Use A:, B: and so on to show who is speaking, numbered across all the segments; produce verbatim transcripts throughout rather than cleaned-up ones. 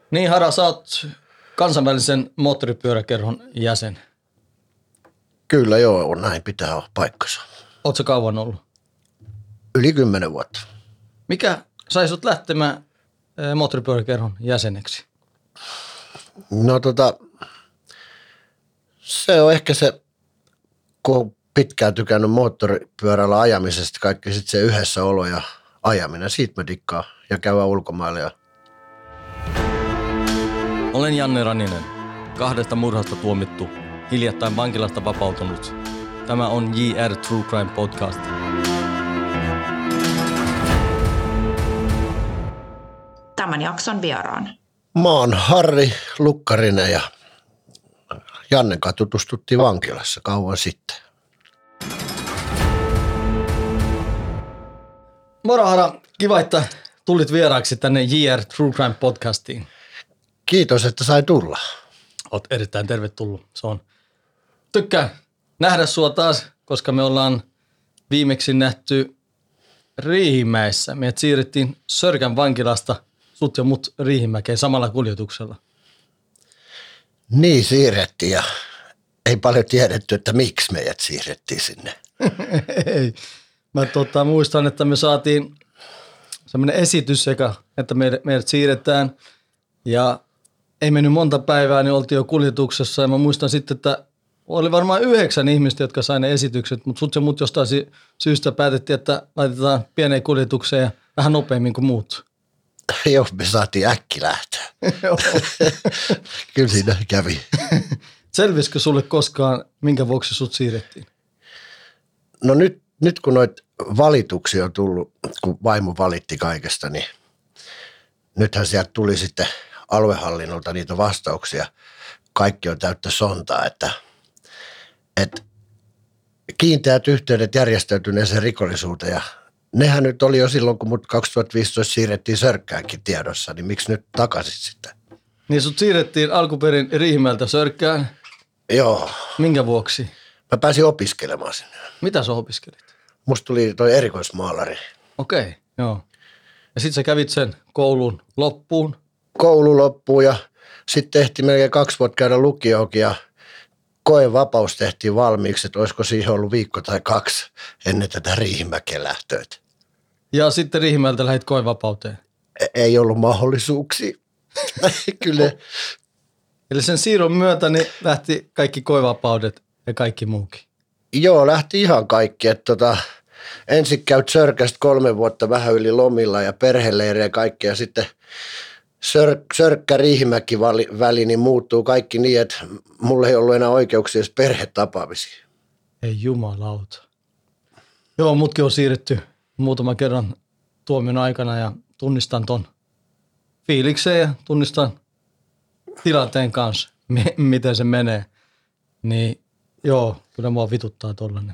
A: Niin Hara, sä oot kansainvälisen moottoripyöräkerhon jäsen.
B: Kyllä joo, näin pitää olla paikkansa.
A: Oot sä kauan ollut?
B: Yli kymmenen vuotta.
A: Mikä sai sut lähtemään moottoripyöräkerhon jäseneksi?
B: No tota, se on ehkä se, kun on pitkään tykännyt moottoripyörällä ajamisesta, kaikki sitten se yhdessä olo ja ajaminen. Siitä mä dikkaan ja käydään ulkomailla. Ja...
A: Olen Janne Raninen, kahdesta murhasta tuomittu, hiljattain vankilasta vapautunut. Tämä on J R True Crime Podcast.
C: Tämän jakson vieraan.
B: Mä oon Harri Lukkarinen ja Jannen kanssa tutustuttiin vankilassa kauan sitten.
A: Moro Hara, kiva, että tulit vieraaksi tänne J R True Crime Podcastiin.
B: Kiitos, että sai tulla.
A: Oot erittäin tervetullut. Se on. Tykkään nähdä sua taas, koska me ollaan viimeksi nähty Riihimäessä. Meidät siirrettiin Sörkän vankilasta sut ja mut Riihimäkeen samalla kuljetuksella.
B: Niin siirrettiin ja ei paljon tiedetty, että miksi meidät siirrettiin sinne.
A: Ei. Mä tota, muistan, että me saatiin semmoinen esitys sekä, että meidät, meidät siirretään ja ei mennyt monta päivää, niin oltiin jo kuljetuksessa ja mä muistan sitten, että oli varmaan yhdeksän ihmistä, jotka sai ne esitykset, mutta sut ja mut jostain syystä päätettiin, että laitetaan pieneen kuljetukseen ja vähän nopeammin kuin muut.
B: Joo, me saatiin äkki lähteä. Kyllä siinä kävi.
A: Selvisikö sulle koskaan, minkä vuoksi sut siirrettiin?
B: No nyt, nyt kun noita valituksia on tullut, kun vaimo valitti kaikesta, niin nythän sieltä tuli sitten aluehallinnolta niitä vastauksia. Kaikki on täyttä sontaa, että, että kiinteät yhteydet järjestäytyneeseen rikollisuuteen ja nehän nyt oli jo silloin, kun mut kaksituhattaviisitoista siirrettiin Sörkkäänkin tiedossa, niin miksi nyt takaisin sitä?
A: Niin sut siirrettiin alkuperin Riihimäeltä Sörkkään.
B: Joo.
A: Minkä vuoksi?
B: Mä pääsin opiskelemaan sinne.
A: Mitä sä opiskelit?
B: Musta tuli toi erikoismaalari.
A: Okei, okay, joo. Ja sit sä kävit sen koulun loppuun.
B: Koulu loppuun ja sitten tehtiin melkein kaksi vuotta käydä lukioonkin ja koevapaus tehtiin valmiiksi, että olisiko siihen ollut viikko tai kaksi ennen tätä Riihimäkeen lähtöä.
A: Ja sitten Riihimäeltä lähdit koevapauteen.
B: Ei ollut mahdollisuuksia. Kyllä.
A: Eli sen siirron myötä niin lähti kaikki koevapaudet ja kaikki muukin.
B: Joo, lähti ihan kaikki. Että tota, ensin käyt Sörkästä kolme vuotta vähän yli lomilla ja perheleirejä ja kaikkea. Sitten Sör, Sörkkä Riihimäki väli niin muuttuu kaikki niin, että mulla ei ollut enää oikeuksia edes perhetapaamisiin.
A: Ei jumalauta. Joo, mutkin on siirretty muutaman kerran tuomion aikana ja tunnistan ton fiilikseen ja tunnistan tilanteen kanssa, m- miten se menee. Niin joo, kyllä mua vituttaa tollanen.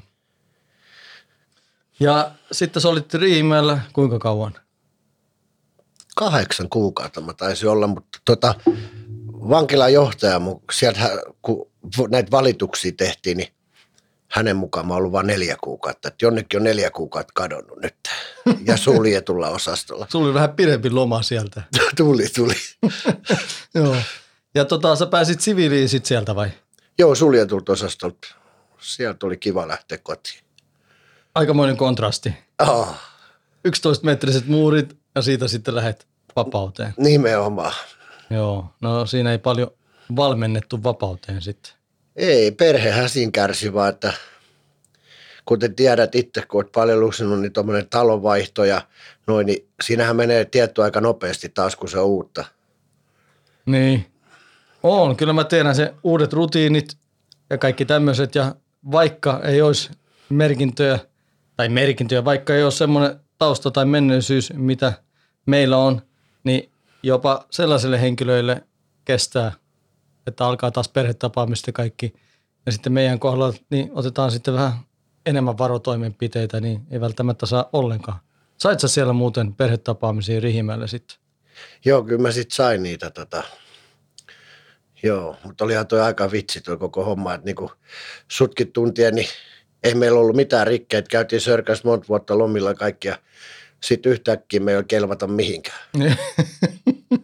A: Ja sitten sä olit Riihimäellä kuinka kauan?
B: Kahdeksan kuukautta mä taisin olla, mutta tota, vankilan johtaja, sieltä kun näitä valituksia tehtiin, niin hänen mukaan mä oon ollut vain neljä kuukautta. Että jonnekin on neljä kuukautta kadonnut nyt ja suljetulla osastolla.
A: Sulla oli vähän pidempi loma sieltä.
B: tuli, tuli.
A: Joo. Ja tota, sä pääsit siviiliin sit sieltä vai?
B: Joo, suljetulta osastolta. Sieltä oli kiva lähteä kotiin.
A: Aikamoinen kontrasti.
B: Oh.
A: yksitoistametriset muurit ja siitä sitten lähdet vapauteen.
B: Nimenomaan.
A: Joo, no siinä ei paljon valmennettu vapauteen sitten.
B: Ei, perhehän siinä kärsi vaan, että kuten tiedät itse, kun olet paljon luksinut, niin tuommoinen talonvaihto ja noin, niin siinähän menee tietty aika nopeasti taas, kun se on uutta.
A: Niin, on. Kyllä mä tiedän se uudet rutiinit ja kaikki tämmöiset ja vaikka ei olisi merkintöjä, tai merkintöjä, vaikka ei ole semmoinen tausta tai menneisyys, mitä meillä on, niin jopa sellaisille henkilöille kestää, että alkaa taas perhetapaamista kaikki. Ja sitten meidän kohdalla niin otetaan sitten vähän enemmän varotoimenpiteitä, niin ei välttämättä saa ollenkaan. Sait sä siellä muuten perhetapaamisia Riihimäellä sitten?
B: Joo, kyllä mä sitten sain niitä. Tota. Joo, mutta olihan toi aika vitsi toi koko homma, että niinku sutkin tuntien, niin ei meillä ollut mitään rikkeitä. Käytiin Sörkässä monta vuotta lomilla kaikkia. Sitten yhtäkkiä me ei ole kelvata mihinkään.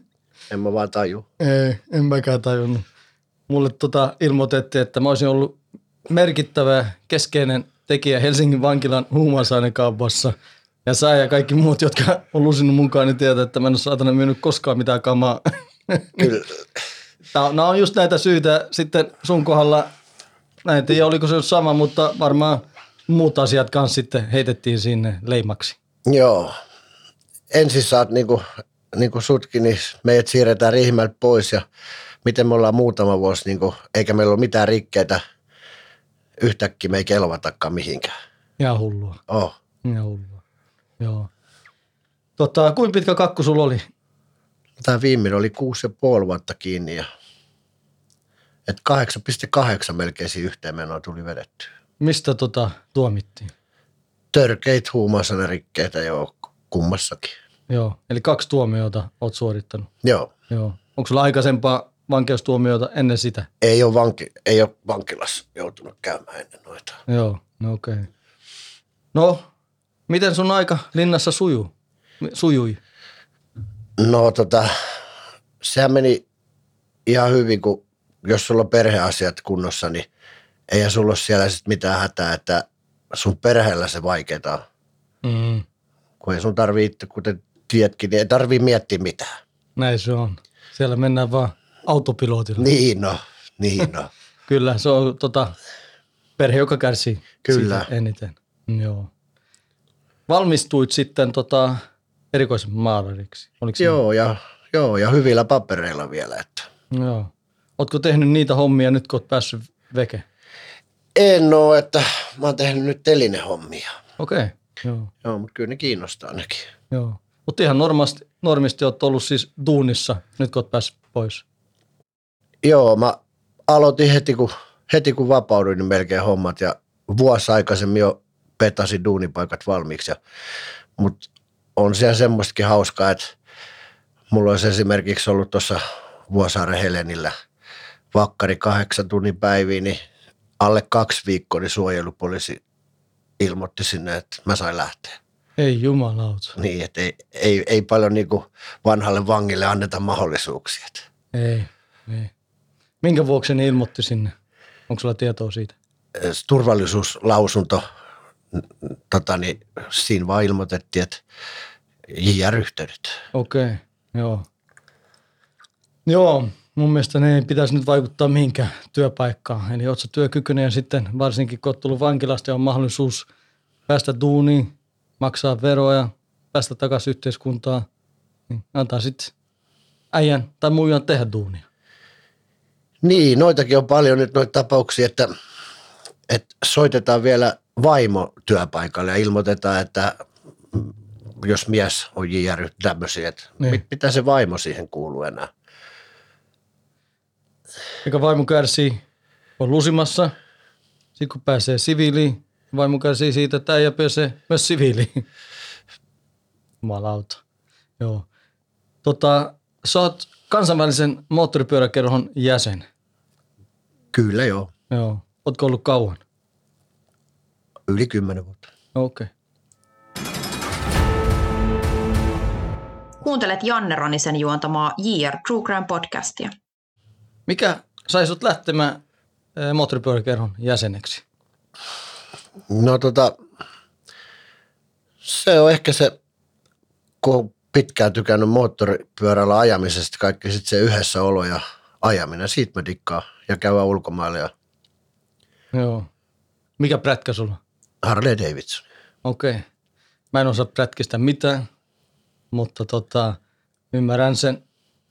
B: En mä vaan taju.
A: Ei, en mäkään tajunnut. Mulle tota ilmoitettiin, että mä olisin ollut merkittävä keskeinen tekijä Helsingin vankilan huumausainekaupassa. Ja sä ja kaikki muut, jotka on lusinut mukaan, niin tietää, että mä en ole saatana myynyt koskaan mitään kamaa.
B: Kyllä.
A: Nämä on just näitä syitä sitten sun kohdalla. Näin tiedä, oliko se sama, mutta varmaan muut asiat kanssa sitten heitettiin sinne leimaksi.
B: Joo. Ensin saat niinku, niinku sutkin, niin meidät siirretään Riihimäeltä pois ja miten me ollaan muutama vuosi, niinku, eikä meillä ole mitään rikkeitä. Yhtäkkiä me ei kelvatakaan mihinkään.
A: Ihan hullua.
B: Oh.
A: Ihan hullua. Joo. Tota, kuinka pitkä kakku sulla oli?
B: Tämä viimeinen oli kuusi ja puoli vuotta kiinni ja että kahdeksan pilkku kahdeksan melkein siinä yhteenmenoa tuli vedettyä.
A: Mistä tota tuomittiin?
B: Törkeitä huumausainerikkeitä jo kummassakin.
A: Joo, eli kaksi tuomiota oot suorittanut.
B: Joo.
A: Joo. Onko sulla aikaisempaa vankeustuomiota ennen sitä?
B: Ei ole, vanki, ei ole vankilassa joutunut käymään ennen noita.
A: Joo, no okei. Okay. No, miten sun aika linnassa sujuu? sujui?
B: No tota, sehän meni ihan hyvin, kun jos sulla on perheasiat kunnossa, niin eihän sulla ole siellä sit mitään hätää, että sun perheellä se vaikeaa.
A: Mm.
B: Kun ei sun tarvii itse, kuten tiedätkin, niin ei tarvii miettiä mitään.
A: Näin se on. Siellä mennään vaan autopilotilla.
B: Niin no, niin no.
A: Kyllä, se on tota, perhe, joka kärsii
B: Kyllä.
A: siitä eniten. Joo. Valmistuit sitten tota, erikoisen maalariksi.
B: Joo ja, joo, ja hyvillä papereilla vielä. Että.
A: Joo. Ootko tehnyt niitä hommia nyt, kun oot päässyt veke?
B: En oo, että mä oon tehnyt nyt telinehommia.
A: Okei, okay. Joo.
B: Joo, mutta kyllä ne kiinnostaa nekin.
A: Joo. Mutta ihan normaalisti, normisti oot ollut siis duunissa, nyt kun oot päässyt pois.
B: Joo, mä aloitin heti kun, heti kun vapauduin, niin melkein hommat ja vuosi aikaisemmin jo petasin duunipaikat valmiiksi. Mutta on siellä semmoistakin hauskaa, että mulla olisi esimerkiksi ollut tuossa Vuosaaren Helenillä vakkari kahdeksan tunnin päiviä, niin alle kaksi viikkoa niin suojelupoliisi ilmoitti sinne, että mä sain lähteä.
A: Ei jumalauta.
B: Niin, että ei, ei, ei paljon niin kuin vanhalle vangille anneta mahdollisuuksia.
A: Ei, ei. Minkä vuoksi ne ilmoitti sinne? Onko sulla tietoa siitä?
B: Turvallisuuslausunto, tota, niin siinä vaan ilmoitettiin, että J R-yhteydet.
A: Okei, okay, joo. Joo, mun mielestä ne ei pitäisi nyt vaikuttaa mihinkään työpaikkaan. Eli oot sä työkykyinen ja sitten varsinkin kun oot tullut vankilasta ja on mahdollisuus päästä duuniin, maksaa veroja, päästä takaisin yhteiskuntaan, niin antaa sitten äijän tai muijan tehdä duunia.
B: Niin, noitakin on paljon nyt noita tapauksia, että, että soitetaan vielä vaimo työpaikalle ja ilmoitetaan, että jos mies on J R tämmöisiä, että niin. Mitä se vaimo siihen kuuluu enää.
A: Eikä vaimo kärsii, on lusimassa, sitten kun pääsee siviiliin, vaimo kärsii siitä, että äijä pääsee myös siviiliin. Jumalauta. Joo. Tota, sä oot kansainvälisen moottoripyöräkerhon jäsen.
B: Kyllä joo.
A: Joo. Ootko ollut kauan?
B: Yli kymmenen vuotta.
A: Okei. Okay.
C: Kuuntelet Janne Ronisen juontamaa J R True Crime podcastia.
A: Mikä sai sut lähtemään moottoripyöräkerhon jäseneksi?
B: No tota, se on ehkä se, kun on pitkään tykännyt moottoripyörällä ajamisesta, kaikki sitten se yhdessä olo ja ajaminen, siitä mä dikkaan ja käydään ulkomailla. Ja
A: joo. Mikä prätkä sulla?
B: Harley Davidson.
A: Okei. Okay. Mä en osaa prätkistä mitään, mutta tota, ymmärrän sen.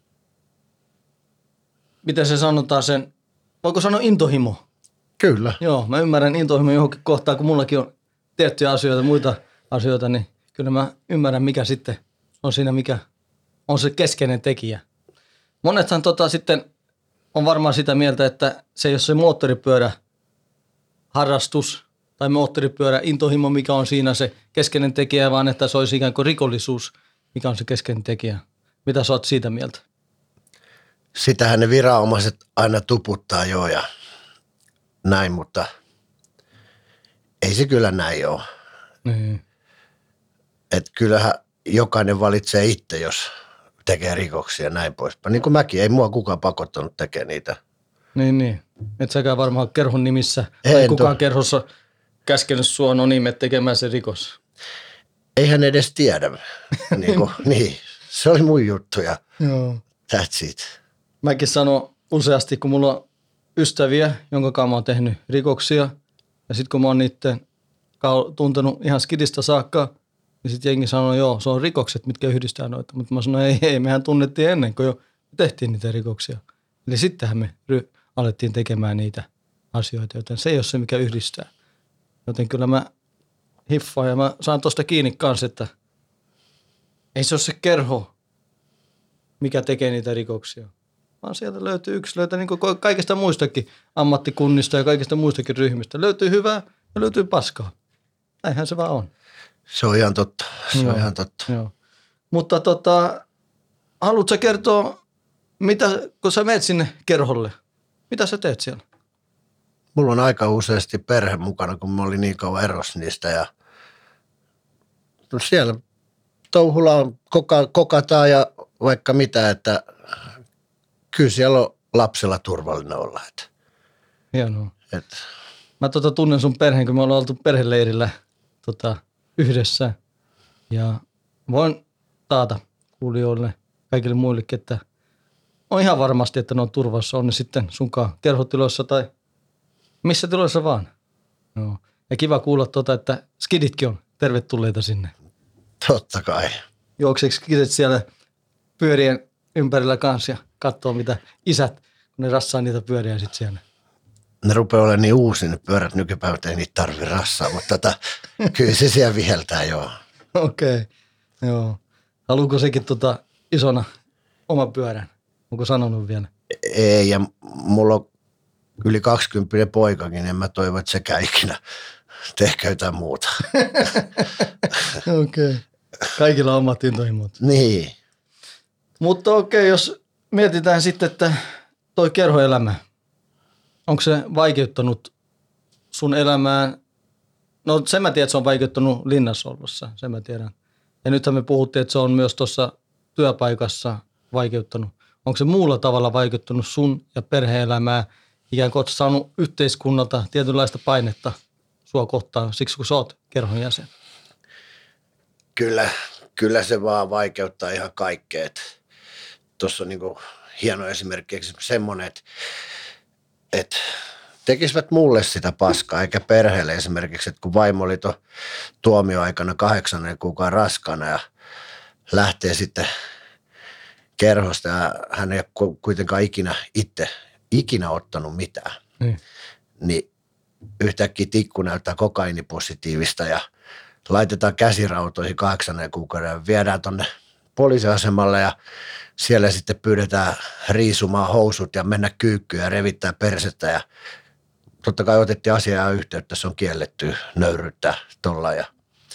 A: Miten se sanotaan sen, voiko sanoa intohimo?
B: Kyllä.
A: Joo, mä ymmärrän intohimo johonkin kohtaan, kun mullakin on tiettyjä asioita, muita asioita, niin kyllä mä ymmärrän, mikä sitten on siinä, mikä on se keskeinen tekijä. Monethan tota sitten on varmaan sitä mieltä, että se ei ole se moottoripyörä harrastus tai moottoripyörä intohimo, mikä on siinä se keskeinen tekijä, vaan että se olisi ikään kuin rikollisuus, mikä on se keskeinen tekijä. Mitä sä oot siitä mieltä?
B: Sitähän ne viranomaiset aina tuputtaa jo ja näin, mutta ei se kyllä näin ole.
A: Mm.
B: Että kyllähän jokainen valitsee itse, jos tekee rikoksia ja näin poispäin. Niin kuin mäkin, ei mua kukaan pakottanut tekemään niitä.
A: Niin, niin. Et säkään varmaan kerhon nimissä,
B: En
A: tai kukaan
B: to-
A: kerhossa käskenyt sua no niin, tekemään se rikos.
B: Eihän edes tiedä. niin, kuin, niin, se oli mun juttu ja
A: Joo.
B: that's it.
A: Mäkin sanon useasti, kun mulla on ystäviä, jonka kanssa mä oon tehnyt rikoksia, ja sitten kun mä oon niitten tuntenut ihan skidistä saakka, niin sitten jengi sanoo, joo, se on rikokset, mitkä yhdistää noita. Mutta mä sanoin, ei, ei, mehän tunnettiin ennen kuin jo tehtiin niitä rikoksia. Eli sittenhän me ry- alettiin tekemään niitä asioita, joten se ei ole se, mikä yhdistää. Joten kyllä mä hiffaan ja mä saan tuosta kiinni kanssa, että ei se ole se kerho, mikä tekee niitä rikoksia. Vaan sieltä löytyy yksilöitä niin kuin kaikista muistakin ammattikunnista ja kaikista muistakin ryhmistä. Löytyy hyvää ja löytyy paskaa. Näinhän se vaan on.
B: Se on ihan totta. Se
A: Joo.
B: on ihan totta.
A: Joo. Mutta tota, haluatko sä kertoa, mitä, kun sä menet sinne kerholle, mitä sä teet siellä?
B: Mulla on aika useasti perhe mukana, kun mä olin niin kauan erossa niistä. Ja no siellä touhulla koka, kokataan ja vaikka mitä, että kyllä siellä on lapsella turvallinen olla. Että,
A: Hienoa.
B: että.
A: Mä tota tunnen sun perheen, kun me ollaan oltu perheleirillä tota, yhdessä. Ja voin taata kuulijoille, kaikille muillekin, että on ihan varmasti, että ne on turvassa. On ne sitten sunkaan kerhotiloissa tai missä tiloissa vaan. No. Ja kiva kuulla tota, että skiditkin on tervetulleita sinne.
B: Totta kai.
A: Juokseeko skidit siellä pyörien ympärillä kanssa ja katsoo mitä isät, kun ne rassaa niitä pyöriä sitten siellä.
B: Ne rupeaa olemaan niin uusi, ne pyörät nykypäivät ei niitä tarvi rassaa, mutta tota, kyllä se siellä viheltää joo.
A: Okei, okay. Joo. Haluuko sekin tota isona oma pyörän? Onko sanonut vielä?
B: Ei, ja mulla on yli kaksikymppinen poikakin, niin mä toivon, että sekään ikinä tehkää jotain muuta.
A: Okei. Okay. Kaikilla on omat intohimot.
B: Niin.
A: Mutta okei, okay, jos mietitään sitten, että toi kerhoelämä, onko se vaikeuttanut sun elämään? No sen mä tiedän, että se on vaikeuttanut linnassa ollessa, sen mä tiedän. Ja nythän me puhuttiin, että se on myös tuossa työpaikassa vaikeuttanut. Onko se muulla tavalla vaikeuttanut sun ja perhe-elämää? Ikään kuin oot saanut yhteiskunnalta tietynlaista painetta sua kohtaan, siksi kun sä oot kerhon jäsen.
B: Kyllä, kyllä se vaan vaikeuttaa ihan kaikkea. Tuossa on niinku hieno esimerkki, semmoinen, että, että tekisivät mulle sitä paskaa, eikä perheelle esimerkiksi, että kun vaimo oli to, tuomioaikana kahdeksannen kuukauden raskaana ja lähtee sitten kerhosta ja hän ei ole kuitenkaan ikinä itse ikinä ottanut mitään,
A: Mm.
B: niin yhtäkkiä tikku näyttää kokainipositiivista ja laitetaan käsirautoihin kahdeksannen kuukauden ja viedään tonne poliisiasemalle ja siellä sitten pyydetään riisumaan housut ja mennä kyykkyyn ja revittää persettä ja totta kai otettiin asiaa yhteyttä, se on kielletty nöyryyttää tuolla ja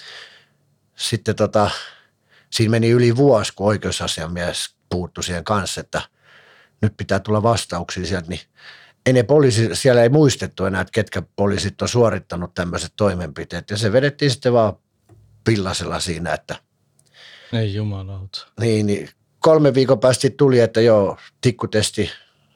B: sitten tota, siinä meni yli vuosi, kun oikeusasiamies puuttui siihen kanssa, että nyt pitää tulla vastauksia sieltä, niin ei ne poliisi, siellä ei muistettu enää, että ketkä poliisit on suorittanut tämmöiset toimenpiteet ja se vedettiin sitten vaan pillasella siinä, että
A: Ei jumalauta.
B: niin, niin kolme viikon päästä tuli, että joo, tikkutesti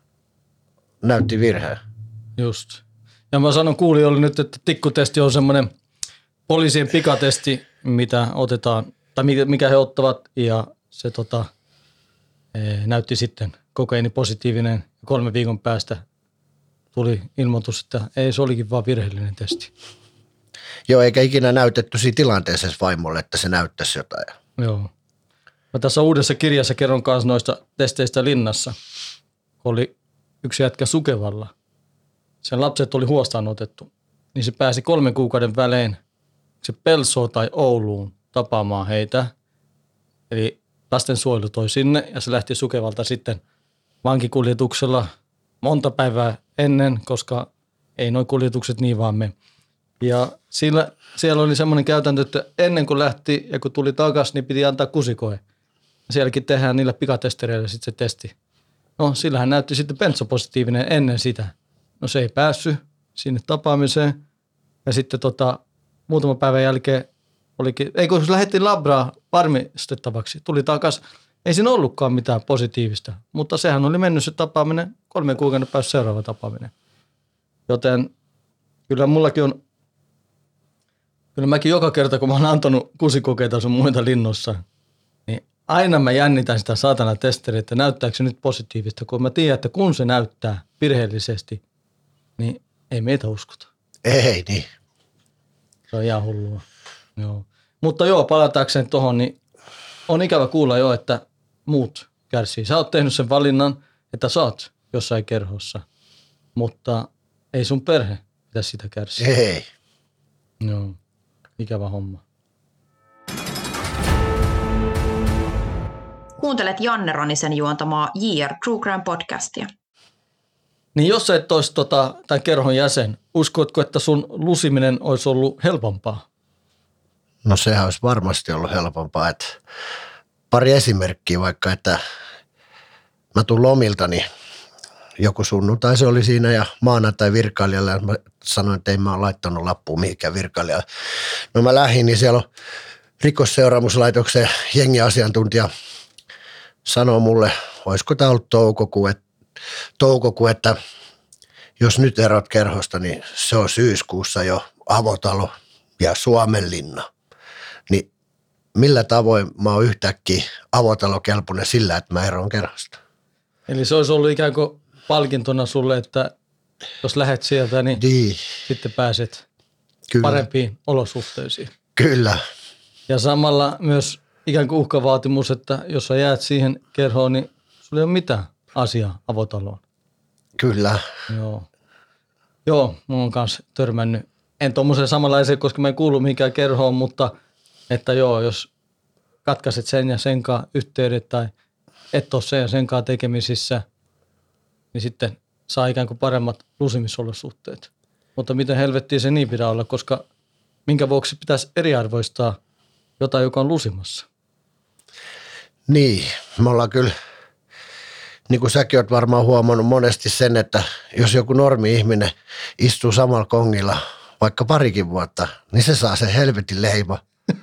B: näytti virheen.
A: Just. Ja mä sanon kuulijoille nyt, että tikkutesti on semmoinen poliisien pikatesti, mitä otetaan, tai mikä he ottavat, ja se tota, näytti sitten kokaini positiivinen. Kolme viikon päästä tuli ilmoitus, että ei, se olikin vaan virheellinen testi.
B: Joo, eikä ikinä näytetty siinä tilanteessa vaimolle, että se näyttäisi jotain.
A: Joo. Mä tässä uudessa kirjassa kerron kanssa noista testeistä linnassa. Oli yksi jätkä Sukevalla. Sen lapset oli huostaan otettu. Niin se pääsi kolmen kuukauden välein se Pelsoon tai Ouluun tapaamaan heitä. Eli lastensuojelu toi sinne ja se lähti Sukevalta sitten vankikuljetuksella monta päivää ennen, koska ei noi kuljetukset niin vaan mene. Ja sillä, siellä oli semmoinen käytäntö, että ennen kuin lähti ja kun tuli takaisin, niin piti antaa kusikoe. Sielläkin tehdään niillä pikatestereillä sitten se testi. No sillähän näytti sitten bensopositiivinen ennen sitä. No se ei päässyt sinne tapaamiseen. Ja sitten tota, muutaman päivän jälkeen olikin, ei kun lähdettiin labraa varmistettavaksi, tuli takaisin ei siinä ollutkaan mitään positiivista, mutta sehän oli mennyt se tapaaminen, kolme kuukauden päästä seuraava tapaaminen. Joten kyllä mullakin on, kyllä mäkin joka kerta, kun mä oon antanut kusikokeita sun muita linnossa, niin aina mä jännitän sitä saatana testeriä, että näyttääkö se nyt positiivista, kun mä tiedän, että kun se näyttää virheellisesti, niin ei meitä uskota.
B: Ei niin.
A: Se on ihan hullua. Joo. Mutta joo, palatakseen tuohon, niin on ikävä kuulla jo, että muut kärsii. Sä oot tehnyt sen valinnan, että sä oot jossain kerhossa, mutta ei sun perhe pitäisi sitä kärsiä.
B: Ei.
A: Joo, ikävä homma.
C: Kuuntelet Janne Ranisen juontamaa J R True Crime podcastia.
A: Niin jos sä et olisi tota, tämän kerhon jäsen, uskotko, että sun lusiminen olisi ollut helpompaa?
B: No sehän olisi varmasti ollut helpompaa. Että pari esimerkkiä vaikka, että mä tuun lomilta, niin joku sunnuntai se oli siinä ja maanantai virkailijalle ja mä sanoin, että ei mä ole laittanut lappua mihinkään virkailijalle. No mä lähdin, niin siellä on rikosseuraamuslaitoksen jengiasiantuntija sanoo mulle, olisiko tämä ollut toukokuu, että, toukokuu, että jos nyt erot kerhosta, niin se on syyskuussa jo avotalo ja Suomenlinna. Niin millä tavoin mä oon yhtäkkiä avotalokelpoinen sillä, että mä eroon kerhosta?
A: Eli se olisi ollut ikään kuin palkintona sulle, että jos lähdet sieltä, niin,
B: niin.
A: sitten pääset
B: Kyllä.
A: parempiin olosuhteisiin.
B: Kyllä.
A: Ja samalla myös ikään kuin uhkavaatimus, että jos sä jäät siihen kerhoon, niin sulla ei ole mitään asiaa avotaloon.
B: Kyllä.
A: Joo. Joo, mä oon kanssa törmännyt. En tommoseen samanlaiseen, koska mä en kuulu mihinkään kerhoon, mutta että joo, jos katkaiset sen ja sen kanssa yhteydet tai et ole sen ja sen kanssa tekemisissä, niin sitten saa ikään kuin paremmat lusimisolosuhteet. Mutta miten helvettiä se niin pitää olla, koska minkä vuoksi pitäisi eriarvoistaa jotain, joka on lusimassa?
B: Niin, me ollaan kyllä, niin kuin säkin oot varmaan huomannut monesti sen, että jos joku normi-ihminen istuu samalla kongilla vaikka parikin vuotta, niin se saa sen helvetin leima,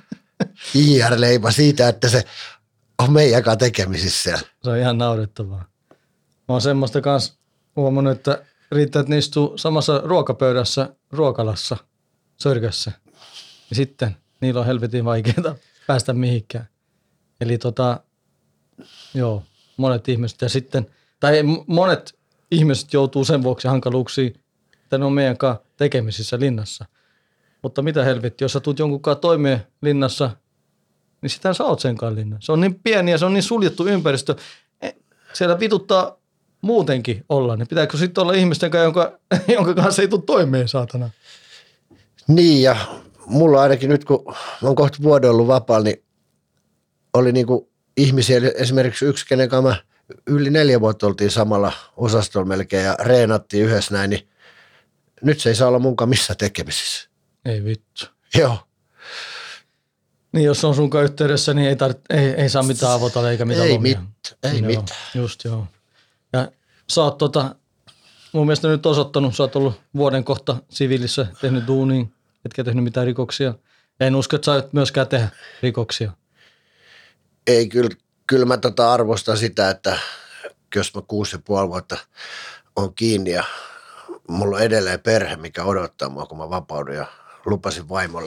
B: I R-leima siitä, että se on meidän kanssa tekemisissä siellä.
A: Se on ihan naurettavaa. Mä oon semmoista kanssa huomannut, että riittää, että ne istuu samassa ruokapöydässä, ruokalassa, sörkössä. Ja sitten niillä on helvetin vaikeaa päästä mihinkään. Eli tota, joo, monet ihmiset ja sitten, tai monet ihmiset joutuu sen vuoksi hankaluuksiin, että ne on meidän kanssa tekemisissä linnassa. Mutta mitä helvetti, jos sä tulet jonkun kanssa toimeen linnassa, niin sitä sä oot sen kanssa linnassa. Se on niin pieni ja se on niin suljettu ympäristö. Siellä vituttaa muutenkin olla. Niin pitääkö sitten olla ihmisten kanssa, jonka, jonka kanssa ei tule toimeen, saatana?
B: Niin ja mulla ainakin nyt, kun mä oon kohta vuoden ollut vapaalla, niin oli niinku ihmisiä, esimerkiksi yksi, kenen kanssa mä yli neljä vuotta oltiin samalla osastolla melkein ja reenattiin yhdessä näin, niin nyt se ei saa olla munkaan missään tekemisissä.
A: Ei vittu.
B: Joo.
A: Niin jos on sunkaan yhteydessä, niin ei, tar- ei, ei saa mitään avotalla eikä mitään
B: Ei,
A: lomia.
B: mit, ei
A: joo,
B: mitään.
A: Just joo. Ja sä oot tota, mun mielestä nyt osoittanut, sä oot ollut vuoden kohta siviilissä, tehnyt duunia, etkä tehnyt mitään rikoksia. Ja en usko, että sä et myöskään tehdä rikoksia.
B: Ei, kyllä, kyllä mä tota arvostan sitä, että jos mä kuusi ja puoli vuotta on kiinni ja mulla on edelleen perhe, mikä odottaa mua, kun mä vapaudun ja lupasin vaimolle.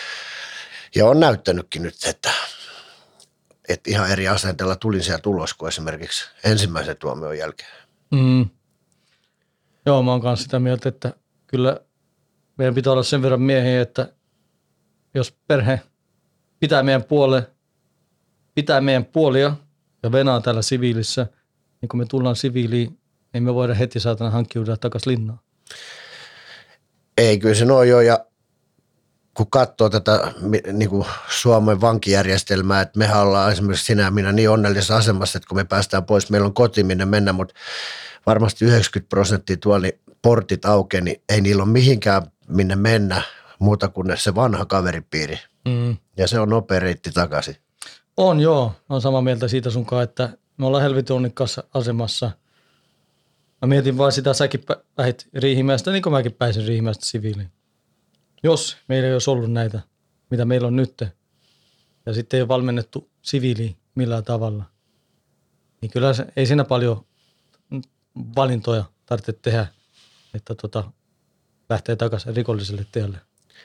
B: Ja on näyttänytkin nyt, että, että ihan eri asenteella tulin sieltä ulos kuin esimerkiksi ensimmäisen tuomion jälkeen.
A: Mm. Joo, mä oon kanssa sitä mieltä, että kyllä meidän pitää olla sen verran miehiä, että jos perhe pitää meidän puoleen, pitää meidän puolia ja venaa täällä siviilissä, niin kun me tullaan siviiliin, niin me voidaan heti saatana hankkiutua takaisin linnaan.
B: Ei, kyllä se noin jo, ja kun katsoo tätä niin kuin Suomen vankijärjestelmää, että mehän ollaan esimerkiksi sinä ja minä niin onnellisessa asemassa, että kun me päästään pois, meillä on koti minne mennä, mutta varmasti yhdeksänkymmentä prosenttia tuolla niin portit aukeaa, niin ei niillä ole mihinkään minne mennä muuta kuin se vanha kaveripiiri. Mm. Ja se on nopea reitti takaisin.
A: On joo, mä oon samaa mieltä siitä sunkaan, että me ollaan helvetin onnekkaassa asemassa. Mä mietin vaan sitä, säkin lähit Riihimäestä, niin kuin mäkin pääsin Riihimäestä siviiliin. Jos meillä ei olisi ollut näitä, mitä meillä on nyt, ja sitten ei ole valmennettu siviiliin millään tavalla, Niin kyllä se, ei siinä paljon valintoja tarvitse tehdä, että tota, lähtee takaisin rikolliselle tielle.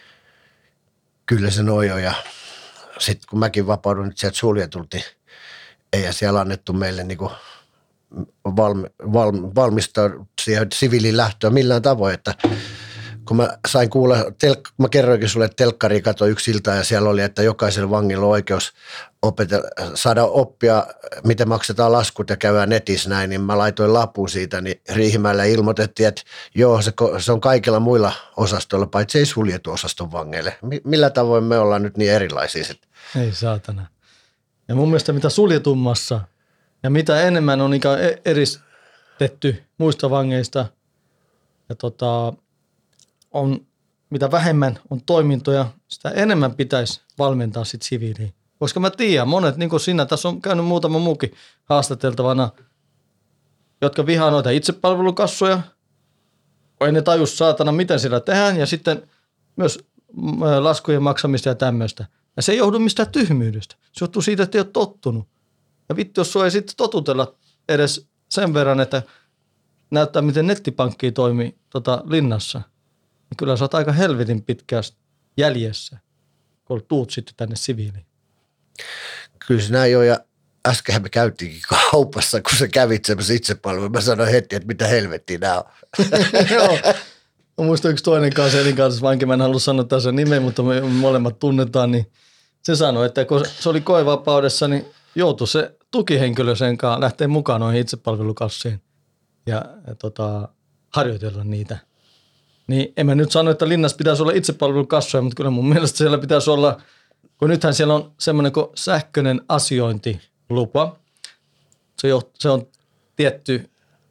B: Kyllä se noin on ja sitten kun mäkin vapaudun nyt sieltä suljetulta, niin ei siellä annettu meille niinku valmi, valmi, valmistaa siihen siviiliin lähtöä millään tavoin, että kun mä sain kuulla, telk, mä kerroinkin sulle, että telkkari katsoi yksi ilta ja siellä oli, että jokaisella vangilla on oikeus opetella, saada oppia, miten maksetaan laskut ja käydään netissä näin, niin mä laitoin lapun siitä, niin Riihimäellä ilmoitettiin, että joo, se, se on kaikilla muilla osastoilla, paitsi ei suljettu osaston vangeille. Millä tavoin me ollaan nyt niin erilaisia sitten?
A: Ei saatana. Ja mun mielestä mitä suljetummassa ja mitä enemmän on ikään eristetty muista vangeista ja tota, on, mitä vähemmän on toimintoja, sitä enemmän pitäisi valmentaa sit siviiliin. Koska mä tiedän, monet, niin kuin sinä, tässä on käynyt muutama muukin haastateltavana, jotka vihaa noita itsepalvelukassoja, kun ei ne taju saatana, miten sillä tehdään, ja sitten myös laskujen maksamista ja tämmöistä. Ja se ei johdu mistään tyhmyydestä. Se johtuu siitä, että ei ole tottunut. Ja vittu, jos sua ei sitten totutella edes sen verran, että näyttää, miten nettipankki toimii tota, linnassa, niin kyllä sä oot aika helvetin pitkään jäljessä, kun tuut sitten tänne siviiliin.
B: Kyllä se näin on, ja äsken me käytiinkin kaupassa, kun sä kävit semmoisen itsepalvelun. Mä sanoin heti, että mitä helvettiä nämä on.
A: Joo. Mä muistan yksi toinen kanssa, elinkaisessa vanki, mä en halua sanoa tässä nimeä, mutta me molemmat tunnetaan, niin se sanoi, että kun se oli koevapaudessa, niin joutui se tukihenkilö sen kanssa lähteä mukaan noihin itsepalvelukassiin ja, ja tota, harjoitella niitä. Niin en mä nyt sano, että linnassa pitäisi olla itsepalvelukassoja, mutta kyllä mun mielestä siellä pitäisi olla, kun nythän siellä on semmoinen kuin sähköinen asiointilupa. Se, jo, se on tietty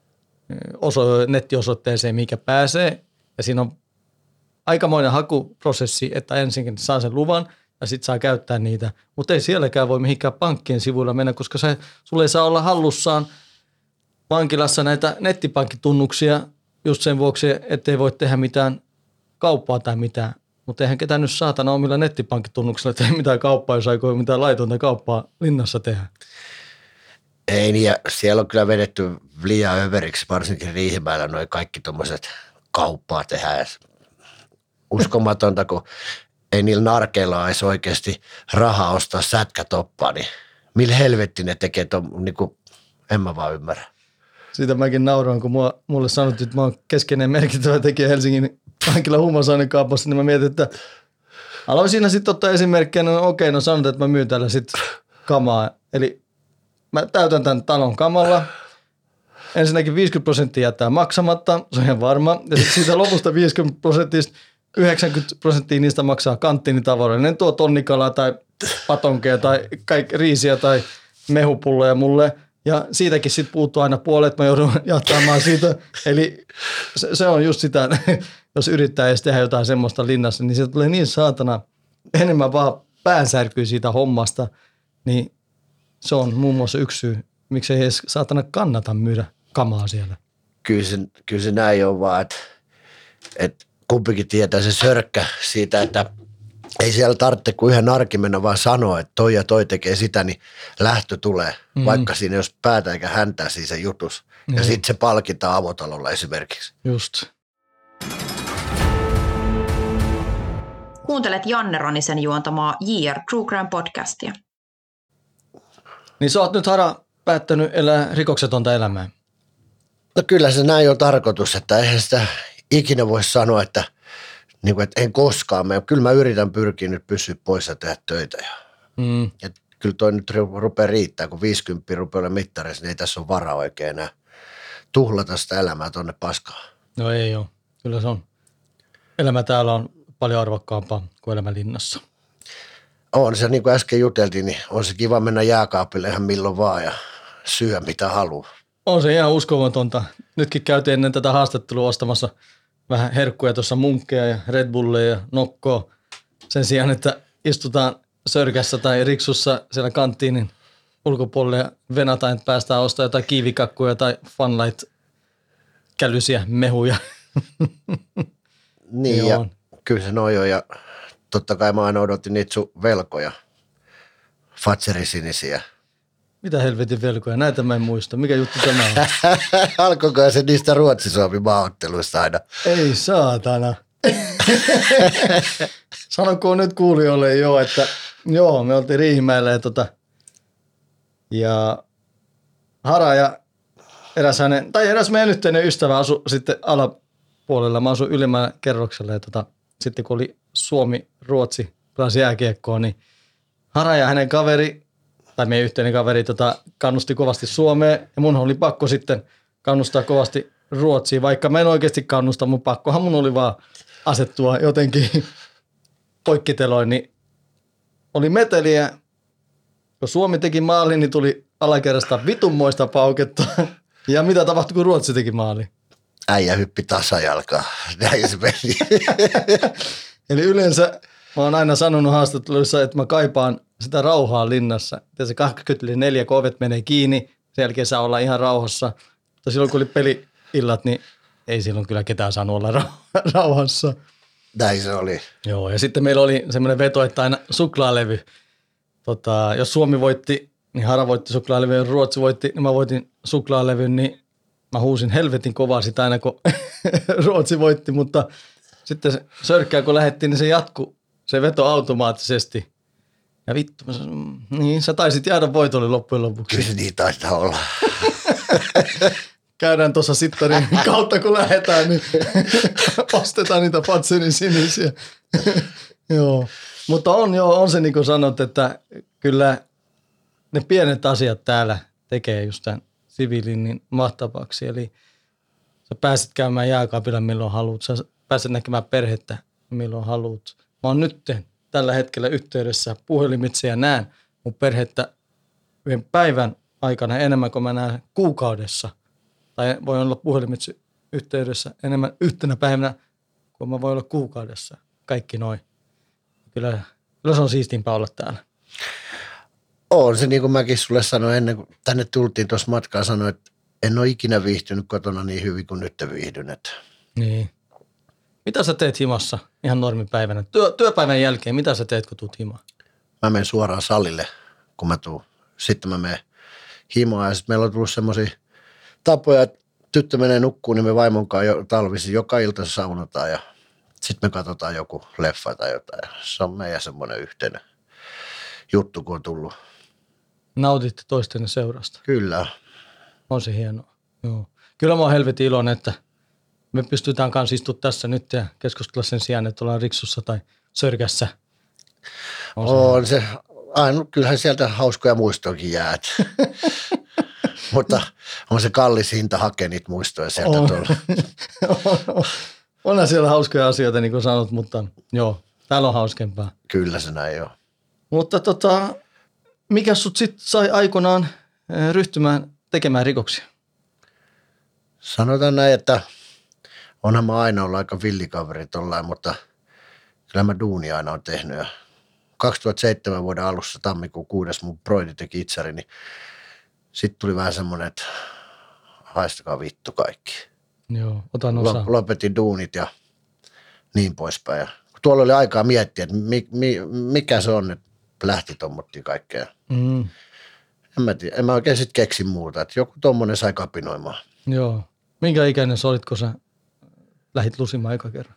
A: oso, nettiosoitteeseen, mikä pääsee. Ja siinä on aikamoinen hakuprosessi, että ensinnäkin saa sen luvan ja sitten saa käyttää niitä. Mutta ei sielläkään voi mihinkään pankkien sivuilla mennä, koska se, sulle ei saa olla hallussaan vankilassa näitä nettipankkitunnuksia just sen vuoksi, ettei voi tehdä mitään kauppaa tai mitään. Mutta eihän ketään nyt saatana omilla nettipankkitunnuksilla tehdä mitään kauppaa, jos aikoo mitään laitonta kauppaa linnassa tehdä.
B: Ei niin, ja siellä on kyllä vedetty liian överiksi, varsinkin Riihimäellä noin kaikki tuommoiset kauppaa tehdään. Uskomatonta, kun ei niillä narkeilla ole edes oikeasti rahaa ostaa sätkätoppaa, niin millä helvetti ne tekee tuon, niin kuin, en mä vaan ymmärrä.
A: Siitä mäkin nauroin, kun mua, mulle sanottiin, että mä oon keskeinen merkittävä tekijä Helsingin vankila huumausainekaupassa, niin mä mietin, että aloin siinä sitten ottaa esimerkkiä, no okei, no sanot, että mä myyn täällä sitten kamaa. Eli mä täytän tämän talon kamalla. Ensinnäkin viisikymmentä prosenttia jättää maksamatta, se on ihan varma. Ja sitten siitä lopusta viisikymmentä prosentista, yhdeksänkymmentä prosenttia niistä maksaa kanttiinitavaroille. Ne tuo tonnikalaa tai patonkeja tai kaikki riisiä tai mehupulloja mulle. Ja siitäkin sitten puuttuu aina puolet, mä joudun jahtamaan siitä. Eli se, se on just sitä, jos yrittää edes tehdä jotain semmoista linnassa, niin se tulee niin saatana enemmän vaan päänsärkyy siitä hommasta. Niin se on muun muassa yksi syy, miksei edes saatana kannata myydä kamaa siellä.
B: Kyllä se, kyllä se näin on vaan, että, että kumpikin tietää se sörkkä siitä, että ei siellä tarvitse kuin yhden arki mennä vaan sanoa, että toi ja toi tekee sitä, niin lähtö tulee, mm. vaikka siinä jos päätä eikä häntää siinä se jutus. Mm. Ja sitten se palkitaan avotalolla esimerkiksi.
A: Just.
C: Kuuntelet Janne Ronisen juontamaa J R True Crime podcastia.
A: Niin sä oot nyt, Hara, päättänyt elää rikoksetonta elämää.
B: No kyllä se näin on tarkoitus, että eihän sitä ikinä voi sanoa, että, niin kuin, että en koskaan mene. Kyllä mä yritän pyrkiä nyt pysyä pois ja tehdä töitä.
A: Mm.
B: Ja kyllä toi nyt rupeaa riittää, kun viisikymmentä rupeaa olla mittareissa, niin ei tässä ole varaa oikein enää tuhlata sitä elämää tonne paskaan.
A: No ei ole. Kyllä se on. Elämä täällä on paljon arvokkaampaa kuin elämä linnassa.
B: On se, niin kuin äsken juteltiin, niin on se kiva mennä jääkaapille ihan milloin vaan ja syö mitä haluaa. On
A: se ihan uskomatonta. Nytkin käytiin ennen tätä haastattelua ostamassa vähän herkkuja tuossa, munkkeja ja Red Bullia ja nokkoa. Sen sijaan, että istutaan sörkässä tai riksussa siellä kanttiinin ulkopuolelle ja venataan, että päästään ostamaan jotain kiivikakkuja tai funlight-kälysiä mehuja.
B: Niin ja kyllä se noin on ja totta kai mä aina odotin niitä sun velkoja, fatserisinisiä.
A: Mitä helvetin velkoja? Näitä mä en muista. Mikä juttu tämä on?
B: Alkoiko se niistä Ruotsi-Suomi-maaotteluista aina?
A: Ei saatana. Sanokoon nyt kuulijoille jo, että joo, me oltiin Riihimäellä ja, tota, ja Hara ja eräs hänen, tai eräs meidän yhteinen ystävä asui sitten alapuolella. Mä asuin ylimmällä kerroksella ja tota, sitten kun oli Suomi-Ruotsi pelasi jääkiekkoa, niin Hara ja hänen kaveri, tai meidän yhteinen kaveri, tota, kannusti kovasti Suomeen ja mun oli pakko sitten kannustaa kovasti Ruotsiin, vaikka mä en oikeasti kannusta, mun pakkohan mun oli vaan asettua jotenkin poikkiteloin, niin oli meteliä. Kun Suomi teki maalin, niin tuli alakerrasta vitunmoista pauketta. Ja mitä tapahtui, kun Ruotsi teki maali?
B: Äijä hyppi tasajalkaa. Näin se meni.
A: Eli yleensä mä oon aina sanonut haastatteluissa, että mä kaipaan sitä rauhaa linnassa. Ja se kaksikymmentäneljä, kun ovet menee kiinni, sen jälkeen saa olla ihan rauhassa. Mutta silloin kun oli peli-illat, niin ei silloin kyllä ketään saanut olla rauhassa.
B: Näin se oli.
A: Joo, ja sitten meillä oli semmoinen veto, että aina suklaalevy. Tota, jos Suomi voitti, niin Hara voitti suklaalevyn, jos Ruotsi voitti, niin mä voitin suklaalevyn, niin mä huusin helvetin kovaa sitä aina, kun Ruotsi voitti, mutta sitten se sörkkää, kun lähdettiin, niin se jatkui, se veto automaattisesti. Ja vittu, mä sanoin, niin sä taisit jäädä voitolle loppujen lopuksi.
B: Kyllä niin taitaa olla.
A: Käydään tuossa sittarin kautta, kun lähdetään, niin ostetaan niitä Fatsenin sinisiä. Joo. Mutta on, joo, on se niin kuin sanot, että kyllä ne pienet asiat täällä tekee just tämän siviilin niin mahtavaksi. Eli sä pääset käymään jääkaapilla milloin haluat, sä pääset näkemään perhettä milloin haluat. Mä oon nyt tällä hetkellä yhteydessä puhelimitse ja näen mun perhettä yhden päivän aikana enemmän kuin mä näen kuukaudessa. Tai voi olla puhelimitse yhteydessä enemmän yhtenä päivänä kuin mä voin olla kuukaudessa. Kaikki noin. Kyllä, kyllä se on siistimpää olla täällä.
B: On se, niin kuin mäkin sulle sanoin ennen kuin tänne tultiin tuossa matkaa, sanoin, että en ole ikinä viihtynyt kotona niin hyvin kuin nyt viihdyn. Että.
A: Niin. Mitä sä teet himassa ihan normipäivänä? Työ, työpäivän jälkeen, mitä sä teet, kun tuut himaan?
B: Mä menen suoraan salille, kun mä tuun. Sitten mä menen himaan ja sitten meillä on tullut semmoisia tapoja, että tyttö menee nukkuun, niin me vaimonkaan jo talvisin joka ilta saunataan ja sitten me katsotaan joku leffa tai jotain. Se on meidän semmoinen yhteinen juttu, kun on tullut.
A: Nautitte toistenne seurasta.
B: Kyllä.
A: On se hienoa. Joo. Kyllä mä oon helvetin iloinen, että me pystytään kanssa istumaan tässä nyt ja keskustella sen sijaan, että ollaan riksussa tai sörkässä.
B: On se, on se aina, kyllähän sieltä hauskoja muistoakin jää. Mutta on se kallis hinta hakea niitä muistoja sieltä
A: on.
B: tuolla.
A: on, onhan siellä hauskoja asioita, niin kuin sanot, mutta joo, täällä on hauskempaa.
B: Kyllä se näin on.
A: Mutta tota, mikä sut sitten sai aikoinaan ryhtymään tekemään rikoksia?
B: Sanotaan näin, että onhan mä aina ollut aika villikaveri tollain, mutta kyllä mä duunia aina on tehnyt. Ja kaksituhattaseitsemän vuoden alussa tammikuun kuudes mun broidi teki itsari, niin sitten tuli vähän semmoinen, että haistakaa vittu kaikki.
A: Joo, otan osaa.
B: Lopetin duunit ja niin poispäin. Ja tuolla oli aikaa miettiä, että mi, mi, mikä se on, että lähti tommottiin kaikkea.
A: Mm.
B: En mä tiedä, en mä oikein sitten keksi muuta, että joku tommonen sai kapinoimaan.
A: Joo. Minkä ikäinen sä olit, kun sä lähit lusimaan eka kerran?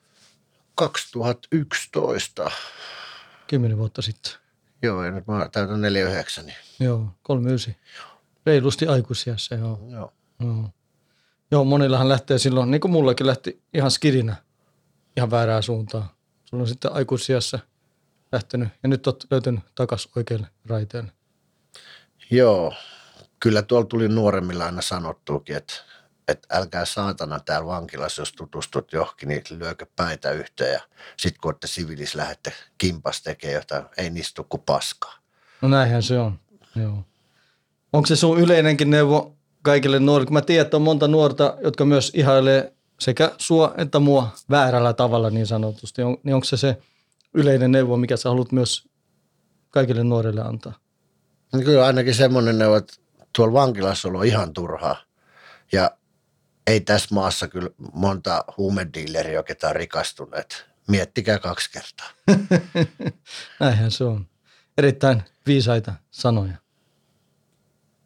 B: kaksituhattayksitoista.
A: Kymmenen vuotta sitten.
B: Joo, ja nyt mä täytän neljäkymmentäyhdeksän. Niin.
A: Joo, kolmekymmentäyhdeksän. Reilusti aikuisiässä, joo.
B: Joo.
A: Joo. Joo, monillahan lähtee silloin, niin kuin mullakin lähti ihan skidinä, ihan väärään suuntaan. Sulla on sitten aikuisiässä lähtenyt ja nyt oot löytynyt takaisin oikealle raiteelle.
B: Joo, kyllä tuolla tuli nuoremmilla aina sanottuukin, että, että älkää saatana täällä vankilassa, jos tutustut johonkin, niin lyökö päitä yhteen ja sitten kun olette sivilis lähdette kimpas tekemään jotain, ei niistä tule kuin paskaa.
A: No näinhän se on, joo. Onko se sun yleinenkin neuvo kaikille nuorille? Mä tiedän, että on monta nuorta, jotka myös ihailee sekä sua että mua väärällä tavalla niin sanotusti. On, niin onko se se yleinen neuvo, mikä sä haluat myös kaikille nuorille antaa?
B: No kyllä ainakin semmoinen neuvo, että tuolla vankilassa on ihan turhaa. Ja ei tässä maassa kyllä monta huumediileriä, ketä on rikastuneet. Miettikää kaksi kertaa.
A: Näinhän se on. Erittäin viisaita sanoja.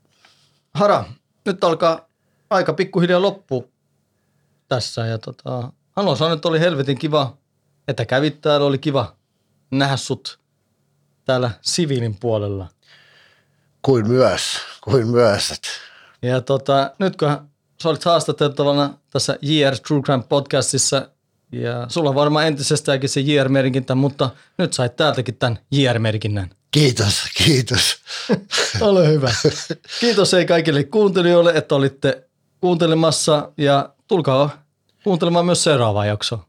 A: Hara, nyt alkaa aika pikkuhiljaa loppu tässä. Ja tota, haluan sanoa, että oli helvetin kiva, että kävit täällä. Oli kiva nähdä sut täällä siviilin puolella.
B: Kuin myös, kuin myös. Että
A: Ja tota, nyt kun sä olit haastateltavana tässä J R True Crime podcastissa, ja sulla on varmaan entisestäänkin se J R-merkintä, mutta nyt sait täältäkin tämän J R-merkinnän.
B: kiitos, kiitos.
A: Ole hyvä. Kiitos ei kaikille kuuntelijoille, että olitte kuuntelemassa ja tulkaa kuuntelemaan myös seuraavaa jaksoa.